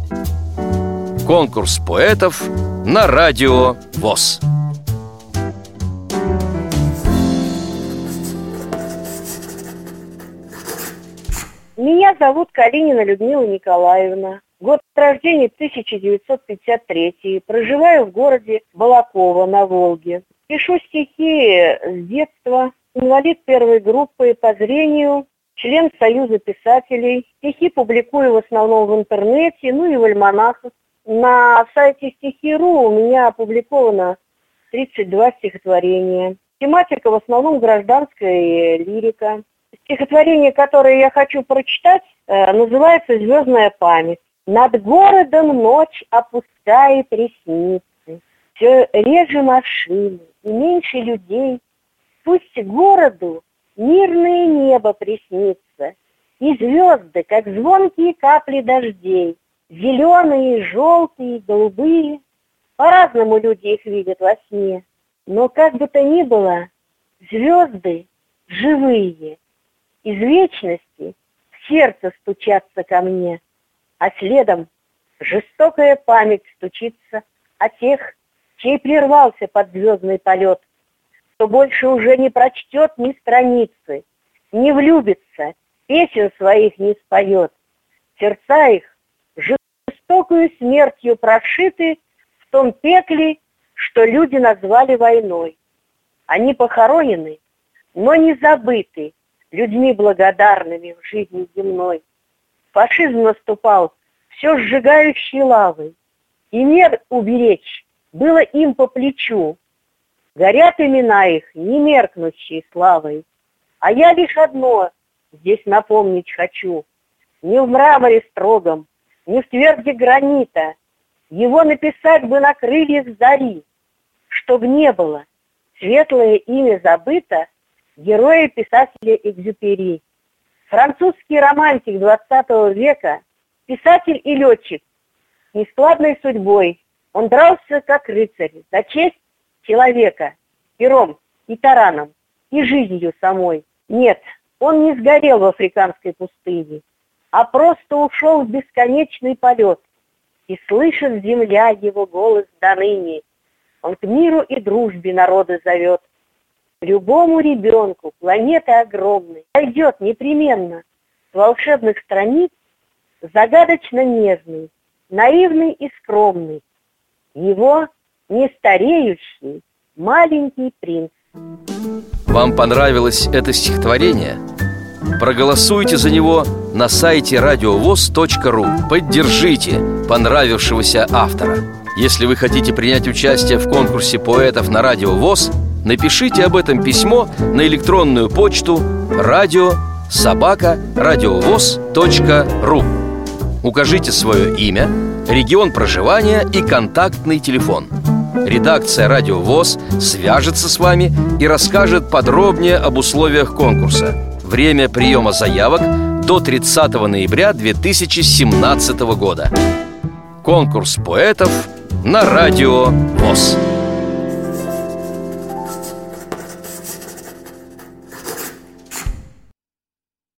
Конкурс поэтов на радио ВОС. Меня зовут Калинина Людмила Николаевна. Год рождения 1953. Проживаю в городе Балаково на Волге. Пишу стихи с детства. Инвалид первой группы по зрению, член Союза писателей. Стихи публикую в основном в интернете, и в альманахах. На сайте Стихи.ру у меня опубликовано 32 стихотворения. Тематика в основном гражданская лирика. Стихотворение, которое я хочу прочитать, называется «Звездная память». Над городом ночь опускает ресницы, все реже машины и меньше людей. Пусть городу мирное небо приснится, и звезды, как звонкие капли дождей, зеленые, желтые, голубые. По-разному люди их видят во сне, но как бы то ни было, звезды живые, из вечности в сердце стучатся ко мне, а следом жестокая память стучится о тех, чей прервался подзвездный полет, кто больше уже не прочтет ни страницы, не влюбится, песен своих не споет. Сердца их жестокую смертью прошиты в том пекле, что люди назвали войной. Они похоронены, но не забыты людьми благодарными в жизни земной. Фашизм наступал все сжигающей лавой, и мир уберечь было им по плечу. Горят имена их, не меркнущие славой, а я лишь одно здесь напомнить хочу. Не в мраморе строгом, не в тверде гранита, его написать бы на крыльях зари, чтоб не было светлое имя забыто героя-писателя Экзюпери. Французский романтик XX века, писатель и летчик, нескладной судьбой. Он дрался как рыцарь за честь человека, пером и тараном, и жизнью самой. Нет, он не сгорел в африканской пустыне, а просто ушел в бесконечный полет. И слышит земля его голос доныне. Он к миру и дружбе народа зовет. Любому ребенку планеты огромной дойдет непременно с волшебных страниц загадочно нежный, наивный и скромный, его нестареющий маленький принц. Вам понравилось это стихотворение? Проголосуйте за него на сайте радиовос.ру. Поддержите понравившегося автора. Если вы хотите принять участие в конкурсе поэтов на Радио ВОС, напишите об этом письмо на электронную почту radio@radiovoz.ru. Укажите свое имя, регион проживания и контактный телефон. Редакция Радио ВОС свяжется с вами и расскажет подробнее об условиях конкурса. Время приема заявок до 30 ноября 2017 года. Конкурс поэтов на Радио ВОС.